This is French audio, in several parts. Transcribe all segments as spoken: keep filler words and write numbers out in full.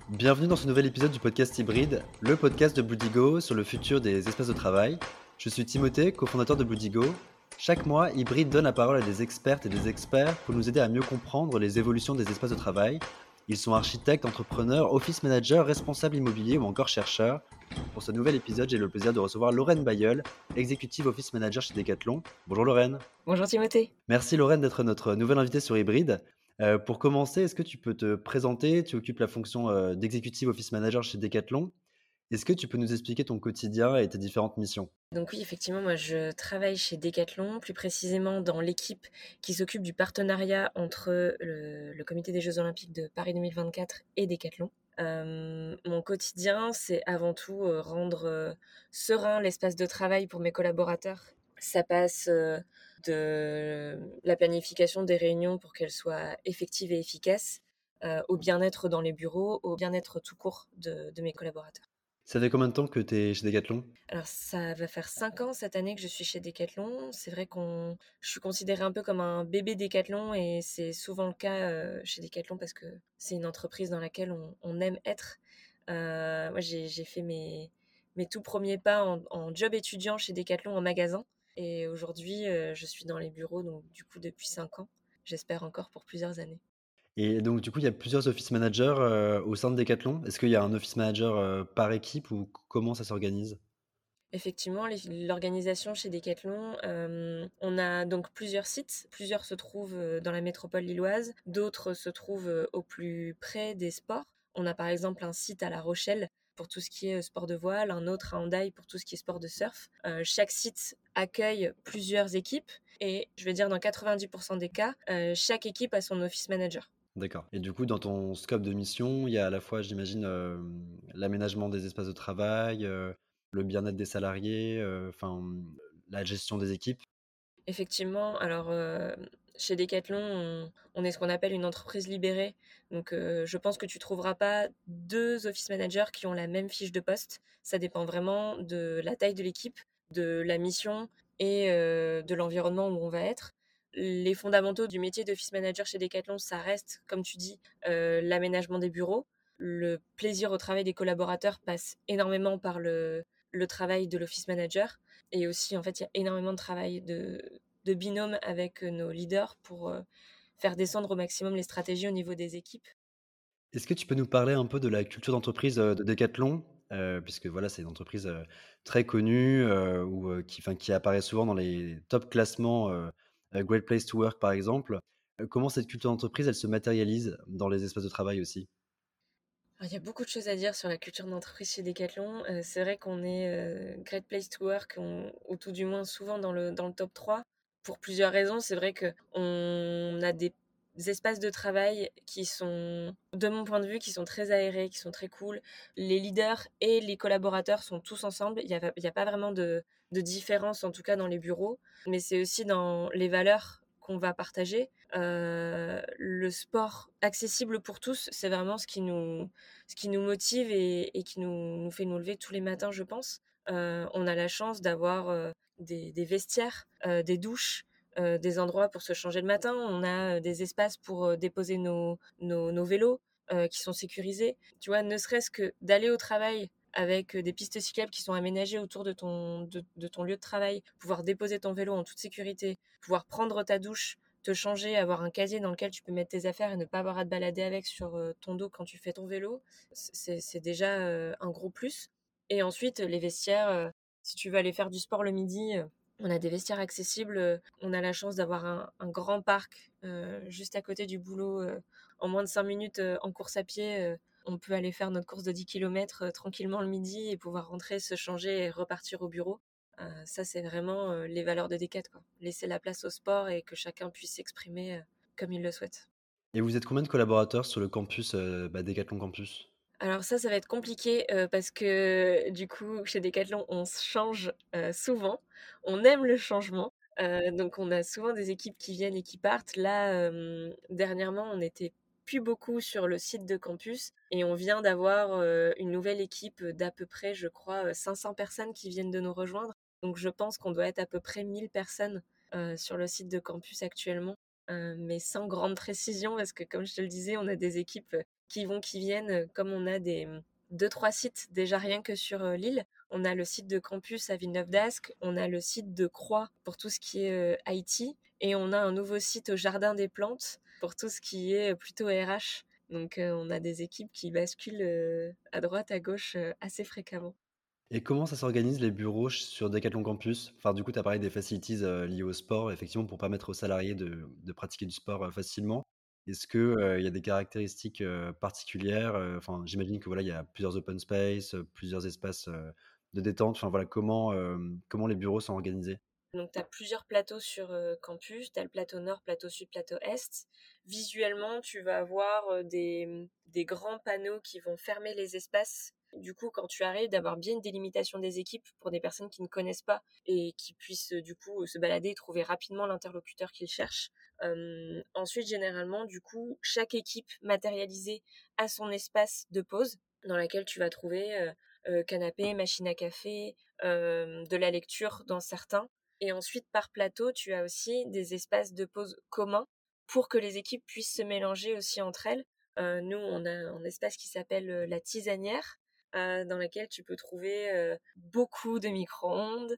Bienvenue dans ce nouvel épisode du podcast Hybride, le podcast de Bluedigo sur le futur des espaces de travail. Je suis Timothée, cofondateur de Bluedigo. Chaque mois, Hybride donne la parole à des expertes et des experts pour nous aider à mieux comprendre les évolutions des espaces de travail. Ils sont architectes, entrepreneurs, office managers, responsables immobiliers ou encore chercheurs. Pour ce nouvel épisode, j'ai le plaisir de recevoir Lorraine Bayeul, executive office manager chez Decathlon. Bonjour Lorraine. Bonjour Timothée. Merci Lorraine d'être notre nouvelle invitée sur Hybride. Heu, pour commencer, est-ce que tu peux te présenter? Tu occupes la fonction, heu, d'executive office manager chez Decathlon. Est-ce que tu peux nous expliquer ton quotidien et tes différentes missions? Donc oui, effectivement, moi je travaille chez Decathlon, plus précisément dans l'équipe qui s'occupe du partenariat entre le, le comité des Jeux Olympiques de Paris deux mille vingt-quatre et Decathlon. Euh, mon quotidien, c'est avant tout euh, rendre euh, serein l'espace de travail pour mes collaborateurs. Ça passe euh, de la planification des réunions pour qu'elles soient effectives et efficaces, euh, au bien-être dans les bureaux, au bien-être tout court de, de mes collaborateurs. Ça fait combien de temps que tu es chez Decathlon? Alors ça va faire cinq ans cette année que je suis chez Decathlon. C'est vrai qu'on je suis considérée un peu comme un bébé Decathlon et c'est souvent le cas, heu, chez Decathlon parce que c'est une entreprise dans laquelle on on aime être. Heu, moi j'ai j'ai fait mes mes tout premiers pas en en job étudiant chez Decathlon en magasin et aujourd'hui, heu, je suis dans les bureaux donc du coup depuis cinq ans. J'espère encore pour plusieurs années. Et donc du coup, il y a plusieurs office managers, heu, au sein de Decathlon. Est-ce qu'il y a un office manager, heu, par équipe ou c comment ça s'organise? Effectivement, les l'organisation chez Decathlon, hem, on a donc plusieurs sites. Plusieurs se trouvent, heu, dans la métropole lilloise, d'autres se trouvent, heu, au plus près des sports. On a par exemple un site à La Rochelle pour tout ce qui est, heu, sport de voile, un autre à Hendaye pour tout ce qui est sport de surf. Heu, chaque site accueille plusieurs équipes et je vais dire dans quatre-vingt-dix des cas, heu, chaque équipe a son office manager. D'accord, et du coup, dans ton scope de mission, il y a à la fois, j'imagine, hem, l'aménagement des espaces de travail, heu, le bien-être des salariés, heu, enfin, mmh, la gestion des équipes? Effectivement, alors, heu, chez Decathlon, on on est ce qu'on appelle une entreprise libérée. Donc, heu, je pense que tu trouveras pas deux office managers qui ont la même fiche de poste. Ça dépend vraiment de la taille de l'équipe, de la mission et heu, de l'environnement où on va être. Les fondamentaux du métier d'office manager chez Decathlon, ça reste, comme tu dis, heu, l'aménagement des bureaux. Le plaisir au travail des collaborateurs passe énormément par le le travail de l'office manager. Et aussi, en fait, il y a énormément de travail de, de binôme avec nos leaders pour euh, faire descendre au maximum les stratégies au niveau des équipes. Est-ce que tu peux nous parler un peu de la culture d'entreprise, heu, de Decathlon? Heu, puisque voilà, c'est une entreprise, heu, très connue, heu, ou, heu, qui enfin, qui apparaît souvent dans les top classements, heu, heu, Great Place to Work par exemple. Heu, comment cette culture d'entreprise, elle se matérialise dans les espaces de travail aussi? Alors, il y a beaucoup de choses à dire sur la culture d'entreprise chez Decathlon. Euh, c'est vrai qu'on est euh, Great Place to Work, on- ou tout du moins souvent dans le, dans le top trois. Pour plusieurs raisons, c'est vrai qu'on a des espaces de travail qui sont, de mon point de vue, qui sont très aérés, qui sont très cool. Les leaders et les collaborateurs sont tous ensemble. Il n'y a, il y a pas vraiment de, de différence, en tout cas dans les bureaux. Mais c'est aussi dans les valeurs qu'on va partager. Euh, le sport accessible pour tous, c'est vraiment ce qui nous, ce qui nous motive et, et qui nous, nous fait nous lever tous les matins, je pense. Euh, on a la chance d'avoir euh, des, des vestiaires, euh, des douches, euh, des endroits pour se changer le matin. On a euh, des espaces pour euh, déposer nos, nos, nos vélos euh, qui sont sécurisés. Tu vois, ne serait-ce que d'aller au travail avec euh, des pistes cyclables qui sont aménagées autour de ton, de, de ton lieu de travail, pouvoir déposer ton vélo en toute sécurité, pouvoir prendre ta douche, te changer, avoir un casier dans lequel tu peux mettre tes affaires et ne pas avoir à te balader avec sur euh, ton dos quand tu fais ton vélo, c'est c'est déjà euh, un gros plus. Et ensuite, les vestiaires, euh, si tu veux aller faire du sport le midi, euh, on a des vestiaires accessibles. euh, On a la chance d'avoir un, un grand parc euh, juste à côté du boulot. euh, En moins de cinq minutes euh, en course à pied, euh, on peut aller faire notre course de dix kilomètres euh, tranquillement le midi et pouvoir rentrer, se changer et repartir au bureau. Euh, ça, c'est vraiment euh, les valeurs de Decat, quoi. Laisser la place au sport et que chacun puisse s'exprimer euh, comme il le souhaite. Et vous êtes combien de collaborateurs sur le campus, heu, bah, Decathlon Campus? Alors ça, ça va être compliqué euh, parce que du coup, chez Decathlon, on se change euh, souvent. On aime le changement. Euh, donc on a souvent des équipes qui viennent et qui partent. Là, euh, dernièrement, on n'était plus beaucoup sur le site de campus et on vient d'avoir euh, une nouvelle équipe d'à peu près, je crois, euh, cinq cents personnes qui viennent de nous rejoindre. Donc je pense qu'on doit être à peu près mille personnes euh, sur le site de campus actuellement. Euh, mais sans grande précision parce que comme je te le disais, on a des équipes qui vont, qui viennent, comme on a des deux trois sites déjà rien que sur euh, l'île. On a le site de campus à Villeneuve-d'Ascq, on a le site de Croix pour tout ce qui est euh, I T, et on a un nouveau site au Jardin des Plantes pour tout ce qui est plutôt R H. Donc euh, on a des équipes qui basculent euh, à droite, à gauche euh, assez fréquemment. Et comment ça s'organise les bureaux ch sur Decathlon Campus? Enfin, du coup, tu as parlé des facilities, heu, liées au sport, effectivement, pour permettre aux salariés de de pratiquer du sport, heu, facilement. Est-ce que, heu, il y a des caractéristiques, heu, particulières? Heu, enfin, j'imagine que, voilà, il y a plusieurs open space, heu, plusieurs espaces, heu, de détente. Enfin, voilà, comment, hem, comment les bureaux sont organisés? Donc, tu as plusieurs plateaux sur euh, campus. Tu as le plateau nord, plateau sud, plateau est. Visuellement, tu vas avoir euh, des, des grands panneaux qui vont fermer les espaces. Du coup, quand tu arrives, d'avoir bien une délimitation des équipes pour des personnes qui ne connaissent pas et qui puissent euh, du coup se balader et trouver rapidement l'interlocuteur qu'ils cherchent. Euh, ensuite, généralement, du coup, chaque équipe matérialisée a son espace de pause dans laquelle tu vas trouver euh, euh, canapé, machine à café, euh, de la lecture dans certains. Et ensuite, par plateau, tu as aussi des espaces de pause communs pour que les équipes puissent se mélanger aussi entre elles. Euh, nous, on a un espace qui s'appelle euh, la tisanière, euh, dans laquelle tu peux trouver euh, beaucoup de micro-ondes,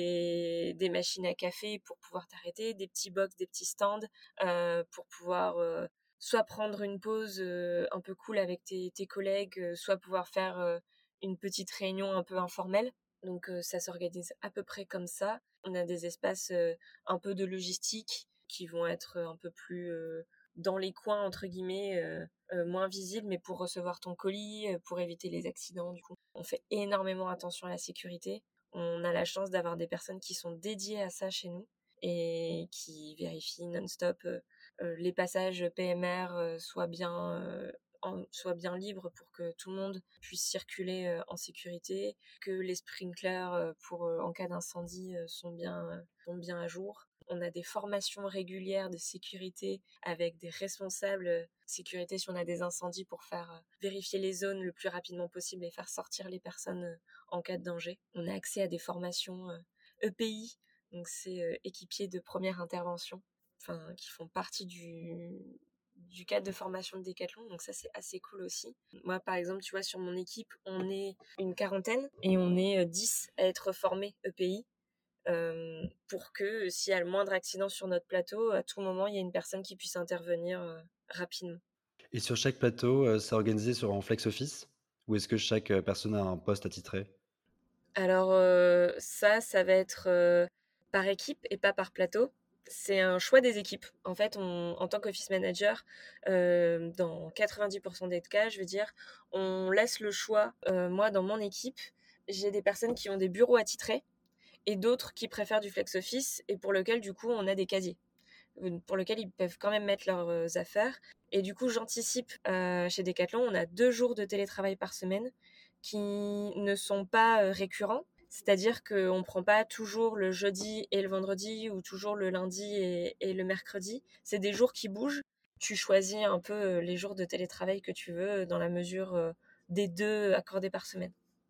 des, des machines à café pour pouvoir t'arrêter, des petits box, des petits stands euh, pour pouvoir euh, soit prendre une pause euh, un peu cool avec tes, tes collègues, euh, soit pouvoir faire euh, une petite réunion un peu informelle. Donc euh, ça s'organise à peu près comme ça. On a des espaces euh, un peu de logistique qui vont être un peu plus euh, dans les coins, entre guillemets, euh, euh, moins visibles, mais pour recevoir ton colis, euh, pour éviter les accidents. Du coup, on fait énormément attention à la sécurité. On a la chance d'avoir des personnes qui sont dédiées à ça chez nous et qui vérifient non-stop euh, euh, les passages P M R euh, soient bien euh, en, soient bien libres pour que tout le monde puisse circuler euh, en sécurité, que les sprinklers euh, pour euh, en cas d'incendie euh, sont bien euh, sont bien à jour. On a des formations régulières de sécurité avec des responsables euh, sécurité si on a des incendies pour faire euh, vérifier les zones le plus rapidement possible et faire sortir les personnes euh, en cas de danger. On a accès à des formations euh, E P I, donc c'est euh, équipier de première intervention, enfin qui font partie du du cadre de formation de Decathlon, donc ça c'est assez cool aussi. Moi par exemple, tu vois, sur mon équipe, on est une quarantaine et on est euh, dix à être formés E P I. Euh, pour que s'il y a le moindre accident sur notre plateau, à tout moment, il y a une personne qui puisse intervenir euh, rapidement. Et sur chaque plateau, heu, c'est organisé sur en flex office? Ou est-ce que chaque, heu, personne a un poste attitré? Alors euh, ça, ça va être euh, par équipe et pas par plateau. C'est un choix des équipes. En fait, on, en tant qu'office manager, euh, dans quatre-vingt-dix pour cent des cas, je veux dire, on laisse le choix. Euh, moi, dans mon équipe, j'ai des personnes qui ont des bureaux attitrés et d'autres qui préfèrent du flex office et pour lequel, du coup, on a des casiers pour lequel ils peuvent quand même mettre leurs euh, affaires. Et du coup, j'anticipe euh, chez Decathlon, on a deux jours de télétravail par semaine qui ne sont pas euh, récurrents. C'est-à-dire qu'on ne prend pas toujours le jeudi et le vendredi ou toujours le lundi et, et le mercredi. C'est des jours qui bougent. Tu choisis un peu euh, les jours de télétravail que tu veux euh, dans la mesure euh, des deux accordés par semaine.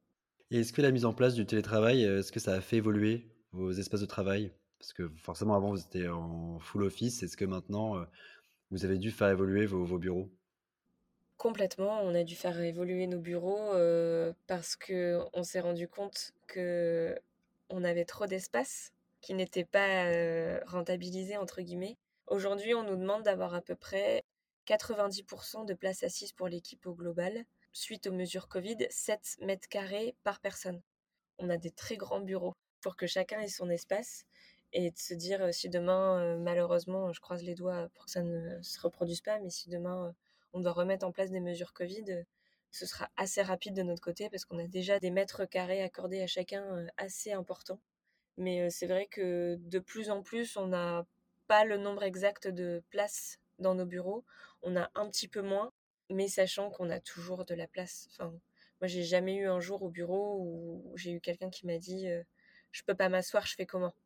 Et est-ce que la mise en place du télétravail, heu, est-ce que ça a fait évoluer vos espaces de travail? Parce que forcément avant vous étiez en full office. Est-ce que maintenant, heu, vous avez dû faire évoluer vos vos bureaux? Complètement, on a dû faire évoluer nos bureaux euh, parce que on s'est rendu compte que on avait trop d'espace qui n'était pas euh, rentabilisé entre guillemets. Aujourd'hui, on nous demande d'avoir à peu près quatre-vingt-dix pour cent de place assise pour l'équipe au global. Suite aux mesures Covid, sept mètres carrés par personne. On a des très grands bureaux pour que chacun ait son espace et de se dire euh, si demain, euh, malheureusement, je croise les doigts pour que ça ne se reproduise pas, mais si demain euh, on doit remettre en place des mesures Covid, euh, ce sera assez rapide de notre côté parce qu'on a déjà des mètres carrés accordés à chacun euh, assez importants. Mais euh, c'est vrai que de plus en plus, on n'a pas le nombre exact de places dans nos bureaux. On a un petit peu moins, mais sachant qu'on a toujours de la place. Enfin, moi, j'ai jamais eu un jour au bureau où j'ai eu quelqu'un qui m'a dit euh, je peux pas m'asseoir, je fais comment?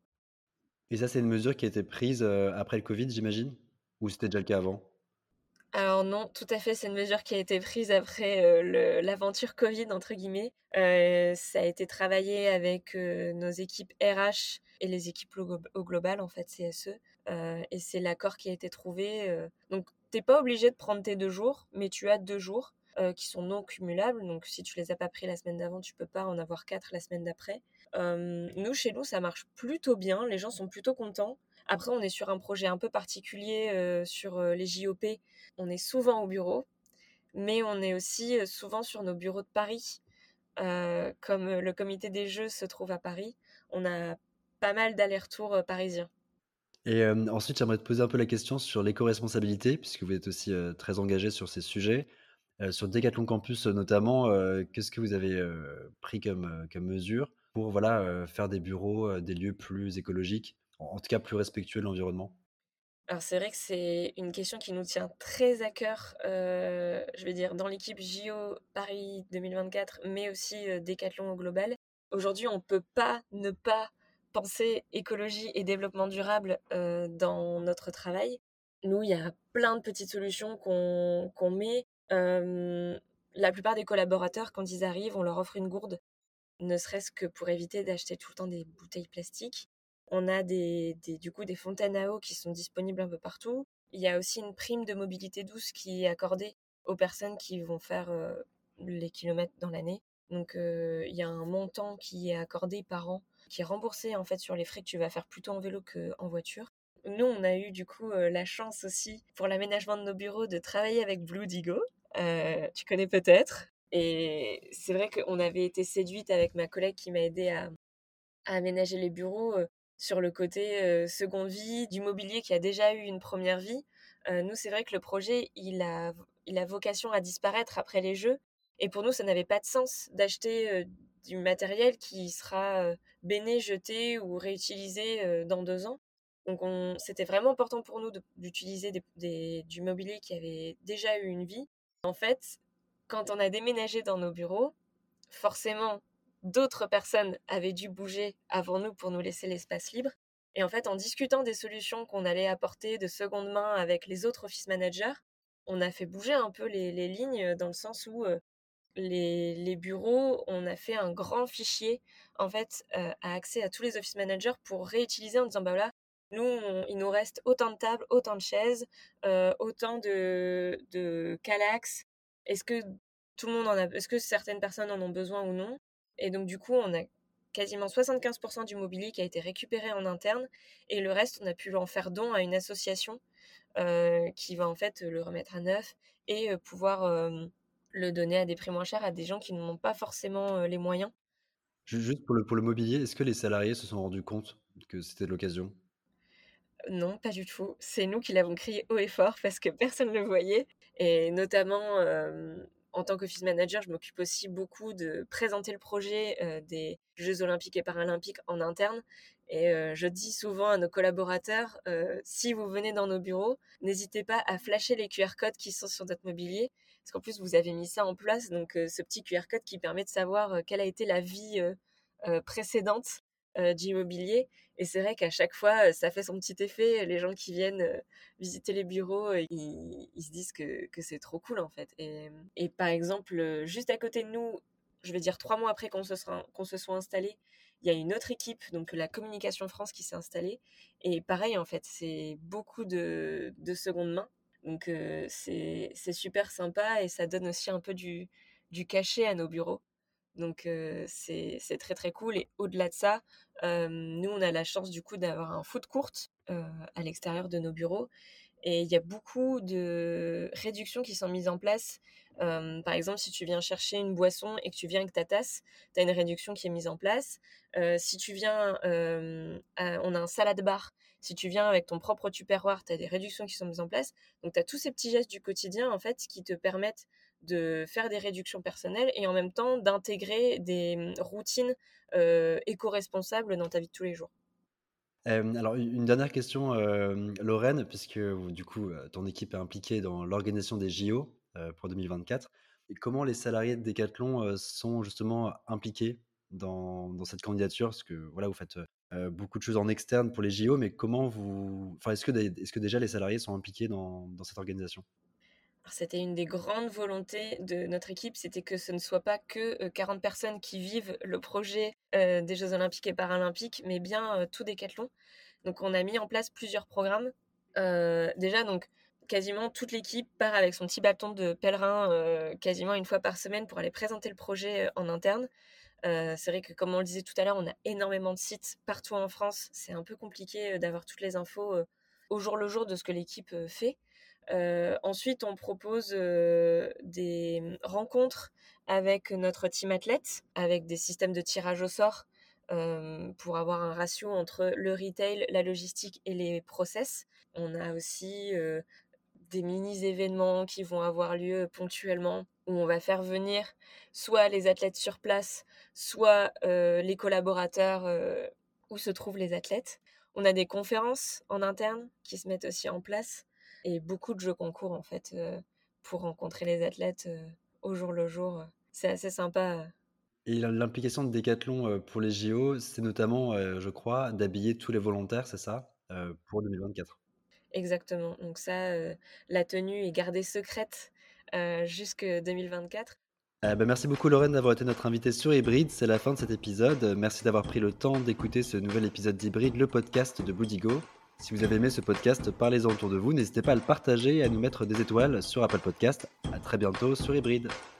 Et ça, c'est une mesure qui a été prise, heu, après le covid, j'imagine? Ou c'était déjà le cas avant? Alors non, tout à fait, c'est une mesure qui a été prise après euh, le- l'aventure Covid, entre guillemets. Euh, ça a été travaillé avec euh, nos équipes R H et les équipes au, au global, en fait, C S E. Euh, et c'est l'accord qui a été trouvé. euh. Donc tu pas obligé de prendre tes deux jours, mais tu as deux jours, heu, qui sont non cumulables. Donc si tu les as pas pris la semaine d'avant, tu peux pas en avoir quatre la semaine d'après. Hem, nous, chez nous, ça marche plutôt bien. Les gens sont plutôt contents. Après, on est sur un projet un peu particulier, heu, sur, heu, les J O P. On est souvent au bureau, mais on est aussi, heu, souvent sur nos bureaux de Paris. Heu, comme, heu, le comité des jeux se trouve à Paris, on a pas mal d'allers-retours, heu, parisiens. Et hem, ensuite, j'aimerais te poser un peu la question sur l'éco-responsabilité, puisque vous êtes aussi, heu, très engagé sur ces sujets. Heu, sur Decathlon Campus, heu, notamment, heu, qu'est-ce que vous avez, heu, pris comme, heu, comme mesures pour, voilà, heu, faire des bureaux, heu, des lieux plus écologiques, en en tout cas plus respectueux de l'environnement? Alors c'est vrai que c'est une question qui nous tient très à cœur, heu, je vais dire dans l'équipe J O Paris deux mille vingt-quatre, mais aussi, heu, Décathlon au global. Aujourd'hui, on peut pas ne pas penser écologie et développement durable, heu, dans notre travail. Nous, il y a plein de petites solutions qu'on qu'on met. Hem, la plupart des collaborateurs, quand ils arrivent, on leur offre une gourde, ne serait-ce que pour éviter d'acheter tout le temps des bouteilles plastiques. On a des, des, du coup des fontaines à eau qui sont disponibles un peu partout. Il y a aussi une prime de mobilité douce qui est accordée aux personnes qui vont faire euh, les kilomètres dans l'année. Donc euh, il y a un montant qui est accordé par an, qui est remboursé en fait sur les frais que tu vas faire plutôt en vélo qu'en voiture. Nous, on a eu du coup euh, la chance aussi pour l'aménagement de nos bureaux de travailler avec Blue Digo. Euh, tu connais peut-être. Et c'est vrai qu'on avait été séduite avec ma collègue qui m'a aidée à, à aménager les bureaux euh, sur le côté euh, seconde vie du mobilier qui a déjà eu une première vie. Euh, nous, c'est vrai que le projet, il a, il a vocation à disparaître après les jeux. Et pour nous, ça n'avait pas de sens d'acheter euh, du matériel qui sera euh, béné, jeté ou réutilisé euh, dans deux ans. Donc, on, c'était vraiment important pour nous de- d'utiliser des, des, du mobilier qui avait déjà eu une vie. En fait, quand on a déménagé dans nos bureaux, forcément, d'autres personnes avaient dû bouger avant nous pour nous laisser l'espace libre. Et en fait, en discutant des solutions qu'on allait apporter de seconde main avec les autres office managers, on a fait bouger un peu les, les lignes dans le sens où euh, les, les bureaux, on a fait un grand fichier en fait euh, à accès à tous les office managers pour réutiliser en disant bah voilà, nous on- il nous reste autant de tables, autant de chaises, euh, autant de, de calax. Est-ce que tout le monde en a, est-ce que certaines personnes en ont besoin ou non? Et donc du coup on a quasiment soixante-quinze pour cent du mobilier qui a été récupéré en interne et le reste on a pu en faire don à une association euh, qui va en fait le remettre à neuf et euh, pouvoir euh, le donner à des prix moins chers à des gens qui n'en ont pas forcément euh, les moyens. Ju juste pour le pour le mobilier, est-ce que les salariés se sont rendus compte que c'était l'occasion? Non, pas du tout. C'est nous qui l'avons crié haut et fort parce que personne ne le voyait. Et notamment, euh, en tant qu'office manager, je m'occupe aussi beaucoup de présenter le projet euh, des Jeux olympiques et paralympiques en interne. Et euh, je dis souvent à nos collaborateurs, euh, si vous venez dans nos bureaux, n'hésitez pas à flasher les Q R codes qui sont sur notre mobilier. Parce qu'en plus, vous avez mis ça en place, donc euh, ce petit Q R code qui permet de savoir euh, quelle a été la vie euh, euh, précédente euh, du mobilier. Et c'est vrai qu'à chaque fois, ça fait son petit effet. Les gens qui viennent euh, visiter les bureaux, euh, ils, ils se disent que, que c'est trop cool en fait. Et, et par exemple, euh, juste à côté de nous, je vais dire trois mois après qu'on se, sera, qu'on se soit installé, il y a une autre équipe, donc la Communication France, qui s'est installée. Et pareil, en fait, c'est beaucoup de, de seconde main. Donc euh, c'est, c'est super sympa et ça donne aussi un peu du, du cachet à nos bureaux. Donc euh, c'est c'est très très cool. Et au-delà de ça, euh, nous on a la chance du coup d'avoir un food court euh, à l'extérieur de nos bureaux. Et il y a beaucoup de réductions qui sont mises en place. Euh, par exemple, si tu viens chercher une boisson et que tu viens avec ta tasse, tu as une réduction qui est mise en place. Euh, si tu viens, euh, à- on a un salade bar. Si tu viens avec ton propre tupperware, tu as des réductions qui sont mises en place. Donc, tu as tous ces petits gestes du quotidien, en fait, qui te permettent de faire des réductions personnelles et en même temps d'intégrer des hum, routines euh, éco-responsables dans ta vie de tous les jours. Hem, alors u une dernière question, hem, Lorraine, puisque, heu, du coup, heu, ton équipe est impliquée dans l'organisation des J O, heu, pour deux mille vingt-quatre. Et comment les salariés de Decathlon, heu, sont justement impliqués dans dans cette candidature? Parce que, voilà, vous faites, heu beaucoup de choses en externe pour les J O, mais comment vous enfin, est-ce que dé est-ce que déjà les salariés sont impliqués dans dans cette organisation? Alors, c'était une des grandes volontés de notre équipe, c'était que ce ne soit pas que euh, quarante personnes qui vivent le projet euh, des Jeux olympiques et paralympiques, mais bien euh, tout Décathlon. Donc on a mis en place plusieurs programmes. Euh, déjà, donc quasiment toute l'équipe part avec son petit bâton de pèlerin, heu, quasiment une fois par semaine pour aller présenter le projet, heu, en interne. Heu, c'est vrai que comme on le disait tout à l'heure, on a énormément de sites partout en France. C'est un peu compliqué, heu, d'avoir toutes les infos, heu, au jour le jour de ce que l'équipe, heu, fait. Heu, ensuite, on propose, heu, des, mmh, rencontres avec notre team athlète, avec des systèmes de tirage au sort, hem, pour avoir un ratio entre le retail, la logistique et les process. On a aussi, heu, des mini événements qui vont avoir lieu ponctuellement, où on va faire venir soit les athlètes sur place, soit, heu, les collaborateurs, heu, où se trouvent les athlètes. On a des conférences en interne qui se mettent aussi en place et beaucoup de jeux concours en fait, heu, pour rencontrer les athlètes, heu, au jour le jour, heu. C'est assez sympa, heu. Et l'im l'implication de Decathlon, heu, pour les J O, c'est notamment, heu, je crois, d'habiller tous les volontaires, c'est ça? Heu, pour deux mille vingt-quatre. Exactement, donc ça, heu, la tenue est gardée secrète, heu, jusque deux mille vingt-quatre. Eh bah, merci beaucoup Lorraine d'avoir été notre invitée sur Hybride, c'est la fin de cet épisode. Heu, merci d'avoir pris le temps d'écouter ce nouvel épisode d'Hybride, le podcast de Boudigo. Si vous avez aimé ce podcast, parlez-en autour de vous, n'hésitez pas à le partager et à nous mettre des étoiles sur Apple Podcast. À très bientôt sur Hybride.